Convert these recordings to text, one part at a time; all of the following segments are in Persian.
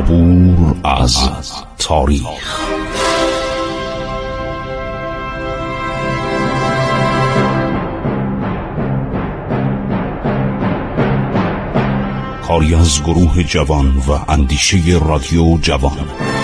عبور از تاریخ. کاری از گروه جوان و اندیشه رادیو جوان.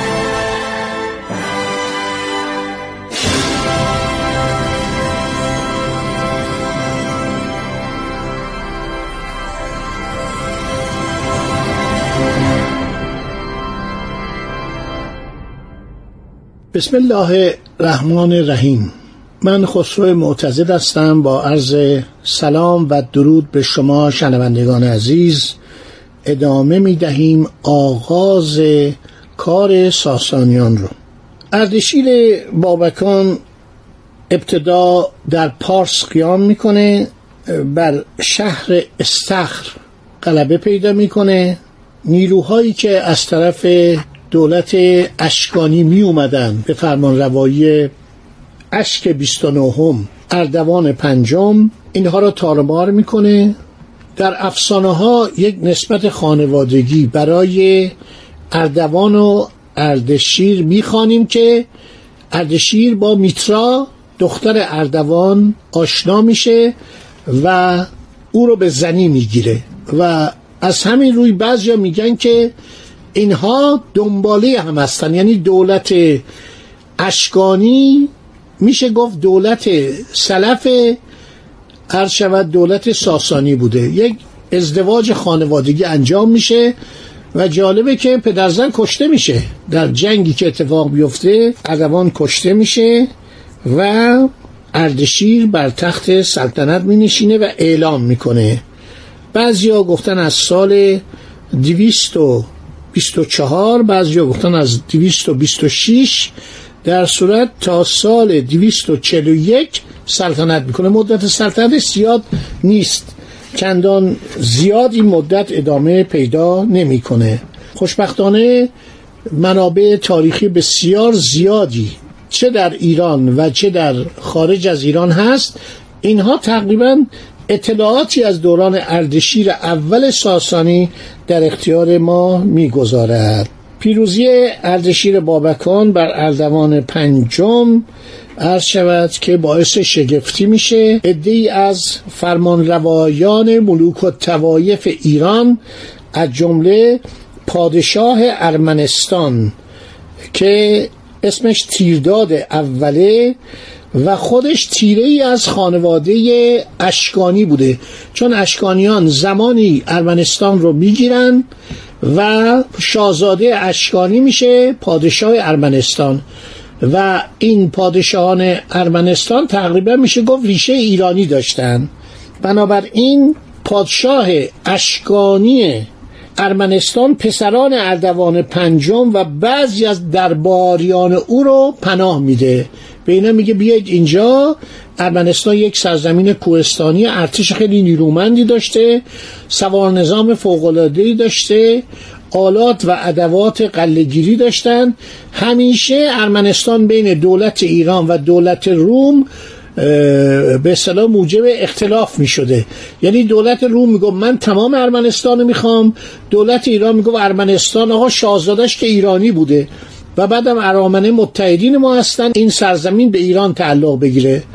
بسم الله الرحمن الرحیم. من خسرو معتزد هستم با عرض سلام و درود به شما شنوندگان عزیز. ادامه می دهیم آغاز کار ساسانیان رو. اردشیر بابکان ابتدا در پارس قیام میکنه، بر شهر استخر غلبه پیدا میکنه. نیروهایی که از طرف دولت اشکانی می اومدن به فرمان روایی اشک 29 اردوان پنجم اینها را تارمار میکنه. در افسانه ها یک نسبت خانوادگی برای اردوان و اردشیر میخوانیم که اردشیر با میترا دختر اردوان آشنا میشه و او رو به زنی میگیره و از همین روی بعضیا میگن که اینها دنباله هم هستن، یعنی دولت اشکانی میشه گفت دولت سلف عرض شود دولت ساسانی بوده. یک ازدواج خانوادگی انجام میشه و جالبه که پدرزن کشته میشه در جنگی که اتفاق بیفته. اردوان کشته میشه و اردشیر بر تخت سلطنت مینشینه و اعلام میکنه. بعضیا گفتن از سال 224، بعضیا گفتن از 226، در صورت تا سال 241 سلطنت میکنه. مدت سلطنت زیاد نیست، چندان زیاد این مدت ادامه پیدا نمیکنه. خوشبختانه منابع تاریخی بسیار زیادی چه در ایران و چه در خارج از ایران هست. اینها تقریبا اطلاعاتی از دوران اردشیر اول ساسانی در اختیار ما میگذارد. پیروزی اردشیر بابکان بر اردوان پنجم عرض شود که باعث شگفتی میشه. عده‌ای از فرمانروایان ملوک و طوایف ایران از جمله پادشاه ارمنستان که اسمش تیرداد اوله و خودش تیره ای از خانواده اشکانی بوده، چون اشکانیان زمانی ارمنستان رو میگیرن و شاهزاده اشکانی میشه پادشاه ارمنستان و این پادشاهان ارمنستان تقریبا میشه گفت ریشه ایرانی داشتن. بنابراین پادشاه اشکانی ارمنستان پسران اردوان پنجم و بعضی از درباریان او رو پناه میده. به اینا میگه بیاید اینجا. ارمنستان یک سرزمین کوهستانی، ارتش خیلی نیرومندی داشته، سوار نظام فوق‌العاده‌ای داشته، آلات و ادوات قله‌گیری داشتن. همیشه ارمنستان بین دولت ایران و دولت روم به اصطلاح موجب اختلاف می شده. یعنی دولت روم میگه من تمام ارمنستان رو میخوام، دولت ایران میگه ارمنستان آقا شاهزادش که ایرانی بوده و بعدم ارامنه متحدین ما هستن، این سرزمین به ایران تعلق بگیره.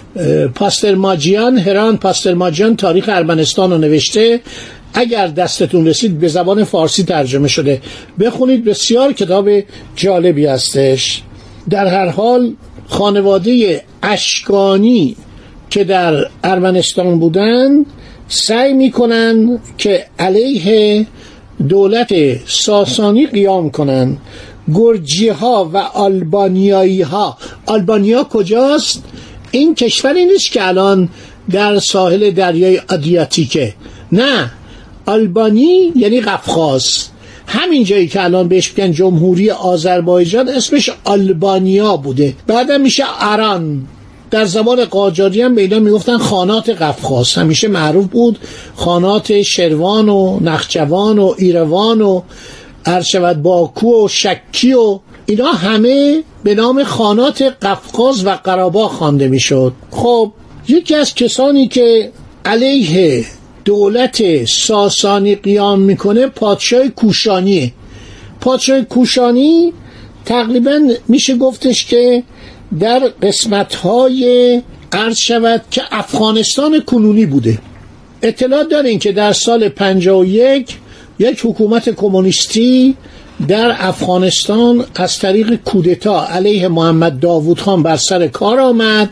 هران پاسترماجیان تاریخ ارمنستان رو نوشته، اگر دستتون رسید به زبان فارسی ترجمه شده، بخونید، بسیار کتاب جالبی هستش. در هر حال خانواده اشکانی که در ارمنستان بودن سعی میکنن که علیه دولت ساسانی قیام کنن. گرجی ها و آلبانیایی ها. آلبانیا کجاست؟ این کشوری نیست که الان در ساحل دریای آدریاتیکه، نه، آلبانی یعنی قفقاز. همین جایی که الان بهش میگن جمهوری آذربایجان اسمش آلبانیا بوده، بعدم میشه اران. در زبان قاجاری هم به اینا میگفتن خانات قفقاز. همیشه معروف بود خانات شروان و نخجوان و ایروان و ارشود باکو و شکی و اینا همه به نام خانات قفقاز و قراباغ خوانده میشد. خب یکی از کسانی که علیه دولت ساسانی قیام میکنه پادشاه کوشانیه. پادشاه کوشانی تقریبا میشه گفتش که در قسمت‌های عرض شود که افغانستان کنونی بوده. اطلاع دارین که در سال 51 یک حکومت کمونیستی در افغانستان از طریق کودتا علیه محمد داوود خان بر سر کار آمد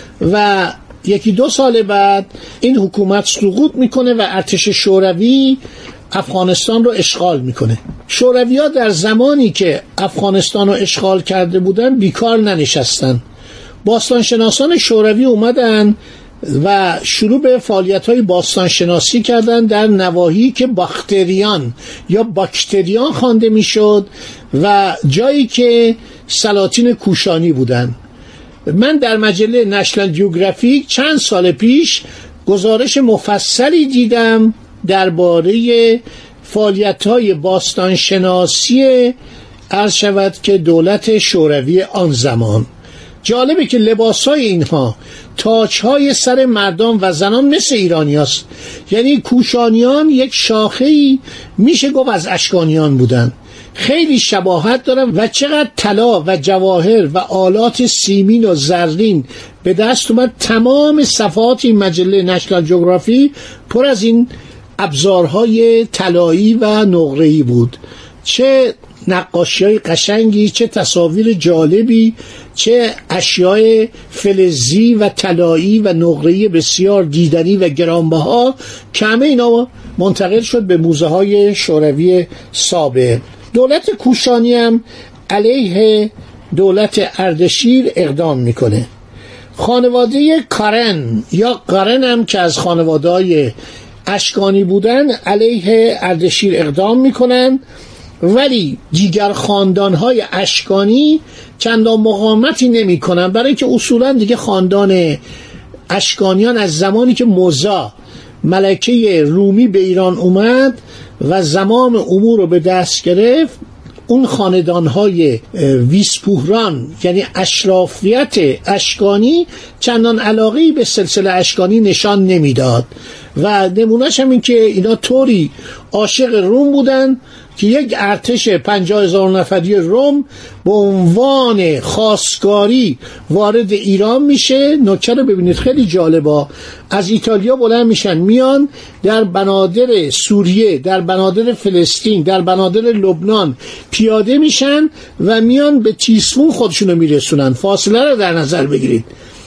و 1-2 سال بعد این حکومت سقوط میکنه و ارتش شوروی افغانستان رو اشغال میکنه. شوروی‌ها در زمانی که افغانستان رو اشغال کرده بودن بیکار ننشستن. باستانشناسان شوروی اومدن و شروع به فعالیت‌های باستانشناسی کردن در نواحی که باختریان یا باکتریان خوانده میشد و جایی که سلاطین کوشانی بودن. من در مجله نشنال جیوگرافیک چند سال پیش گزارش مفصلی دیدم درباره فعالیت‌های باستانشناسی عرض شود که دولت شوروی آن زمان. جالبه که لباس‌های اینها تاج‌های سر مردان و زنان مثل ایرانی هست. یعنی کوشانیان یک شاخه‌ای میشه گفت از اشکانیان بودن. خیلی شباهت دارن و چقدر طلا و جواهر و آلات سیمین و زرین به دست اومد. تمام صفحات این مجله نشنال جغرافی پر از این ابزارهای طلایی و نقره‌ای بود. چه نقاشی‌های قشنگی، چه تصاویر جالبی، چه اشیاء فلزی و طلایی و نقره‌ای بسیار دیدنی و گرانبها که همه اینا منتقل شد به موزه‌های شوروی سابق. دولت کوشانی هم علیه دولت اردشیر اقدام میکنه. خانواده کارن یا قارن هم که از خانواده‌های اشکانی بودن علیه اردشیر اقدام میکنن، ولی دیگر خاندان‌های اشکانی چندان مقاومتی نمی‌کنن، برای اینکه اصولاً دیگه خاندان اشکانیان از زمانی که موزا ملکه رومی به ایران اومد و زمام امور رو به دست گرفت، اون خاندان‌های ویسپوهران یعنی اشرافیت اشکانی چندان علاقه‌ای به سلسله اشکانی نشان نمیداد و نمونهش هم این که اینا طوری عاشق روم بودن که یک ارتش 50,000 نفری روم به عنوان خواستگاری وارد ایران میشه. نکته رو ببینید خیلی جالبه. از ایتالیا بلند میشن میان در بنادر سوریه، در بنادر فلسطین، در بنادر لبنان پیاده میشن و میان به تیسفون خودشونو میرسونن. فاصله رو در نظر بگیرید.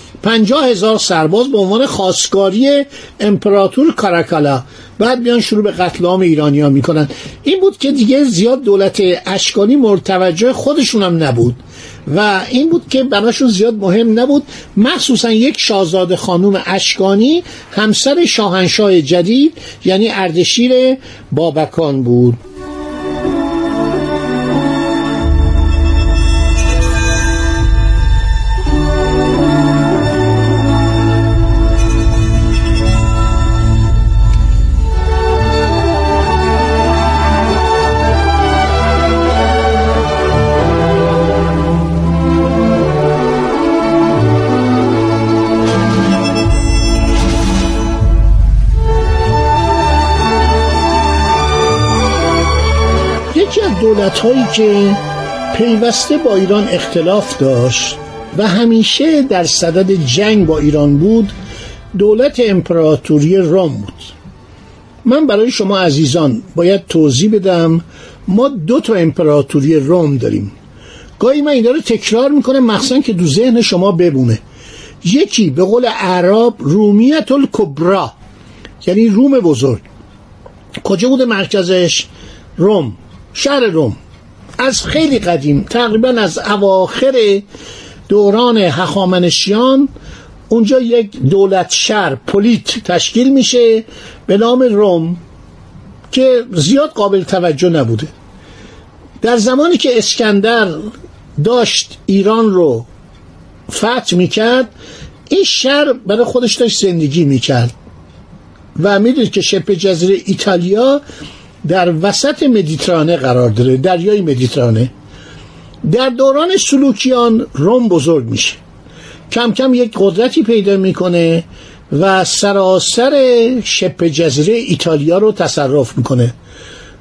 50,000 سرباز به عنوان خواستگاری امپراتور کاراکالا، بعد بیان شروع به قتل عام ایرانی‌ها میکنن. این بود که دیگه زیاد دولت اشکانی متوجه خودشون هم نبود و این بود که براشون زیاد مهم نبود. مخصوصا یک شاهزاده خانوم اشکانی همسر شاهنشاه جدید یعنی اردشیر بابکان بود. دولت‌هایی که پیوسته با ایران اختلاف داشت و همیشه در صدد جنگ با ایران بود دولت امپراتوری روم بود. من برای شما عزیزان باید توضیح بدم ما 2 امپراتوری روم داریم. گاهی من اینا رو تکرار میکنم مخصوصا که دو ذهن شما بمونه. یکی به قول اعراب رومیت الکبرا یعنی روم بزرگ. کجا بوده مرکزش؟ روم، شهر روم. از خیلی قدیم تقریبا از اواخر دوران هخامنشیان اونجا یک دولت شهر پولیت تشکیل میشه به نام روم که زیاد قابل توجه نبوده. در زمانی که اسکندر داشت ایران رو فتح میکرد این شهر برای خودش داشت زندگی میکرد و میدونید که شبه جزیره ایتالیا در وسط مدیترانه قرار داره، دریای مدیترانه. در دوران سلوکیان روم بزرگ میشه، کم کم یک قدرتی پیدا میکنه و سراسر شبه جزیره ایتالیا رو تصرف میکنه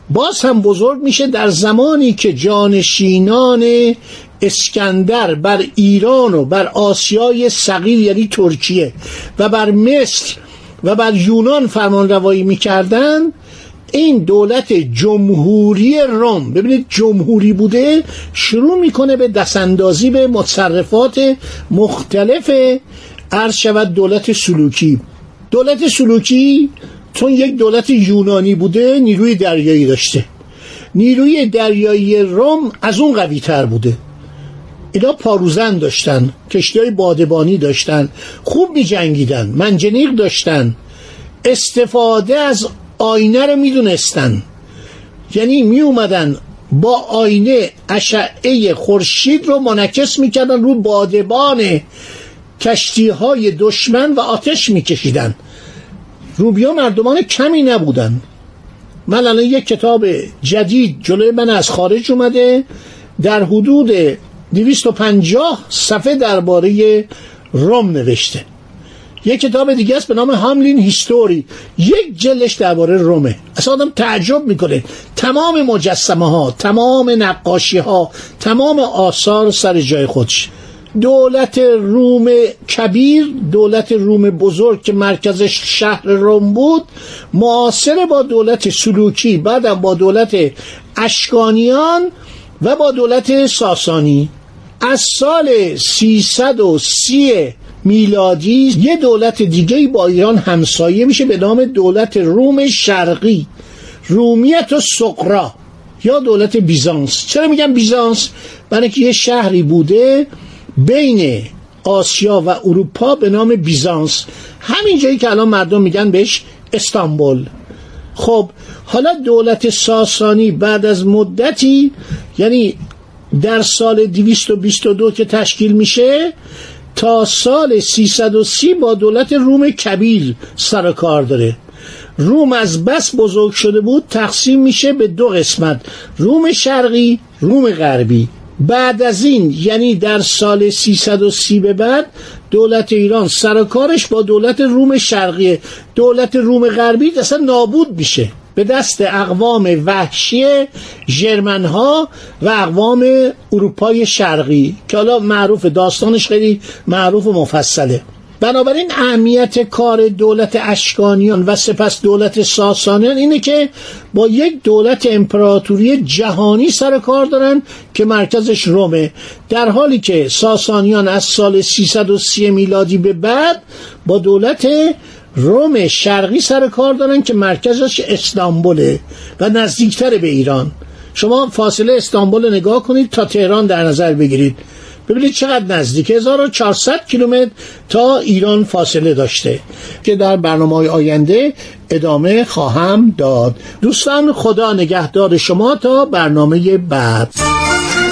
باز هم بزرگ میشه در زمانی که جانشینان اسکندر بر ایران و بر آسیای صغیر یعنی ترکیه و بر مصر و بر یونان فرمان روایی میکردن. این دولت جمهوری روم، ببینید جمهوری بوده، شروع میکنه به دستاندازی به متصرفات مختلف عرض شود دولت سلوکی. دولت سلوکی چون یک دولت یونانی بوده نیروی دریایی داشته، نیروی دریایی روم از اون قوی تر بوده. اینا پاروزن داشتن، کشتی‌های بادبانی داشتن، خوب می جنگیدن، منجنیق داشتن، استفاده از آینه رو می دونستن، یعنی می اومدن با آینه اشعه خورشید رو منعکس می کردن رو بادبان کشتی‌های دشمن و آتش می کشیدن. روبیا مردمان کمی نبودن. من الان یک کتاب جدید جلوی من از خارج اومده، در حدود 250 صفحه درباره روم نوشته. یک کتاب دیگه است به نام هاملین هیستوری، یک جلدش درباره رومه. اصلا آدم تعجب میکنه، تمام مجسمه ها، تمام نقاشی ها، تمام آثار سر جای خودش. دولت روم کبیر، دولت روم بزرگ که مرکزش شهر روم بود، معاصر با دولت سلوکی، بعدم با دولت اشکانیان و با دولت ساسانی. از سال 330 میلادی یه دولت دیگه با ایران همسایه میشه به نام دولت روم شرقی، رومیت و سقرا یا دولت بیزانس. چرا میگم بیزانس؟ برای که یه شهری بوده بین آسیا و اروپا به نام بیزانس، همین جایی که الان مردم میگن بهش استانبول. خب حالا دولت ساسانی بعد از مدتی، یعنی در سال 222 که تشکیل میشه تا سال 330 با دولت روم کبیر سر کار داره. روم از بس بزرگ شده بود تقسیم میشه به دو قسمت، روم شرقی، روم غربی. بعد از این یعنی در سال 330 به بعد دولت ایران سر کارش با دولت روم شرقی، دولت روم غربی اصلا نابود میشه به دست اقوام وحشی ژرمن ها و اقوام اروپای شرقی که حالا معروف، داستانش خیلی معروف و مفصله. بنابراین اهمیت کار دولت اشکانیان و سپس دولت ساسانیان اینه که با یک دولت امپراتوری جهانی سر کار دارن که مرکزش رومه، در حالی که ساسانیان از سال 330 میلادی به بعد با دولت روم شرقی سر کار دارن که مرکزش استانبوله و نزدیکتر به ایران. شما فاصله استانبول رو نگاه کنید تا تهران در نظر بگیرید، ببینید چقدر نزدیک، 1400 کیلومتر تا ایران فاصله داشته که در برنامه‌های آینده ادامه خواهم داد. دوستان خدا نگهدار شما تا برنامه بعد.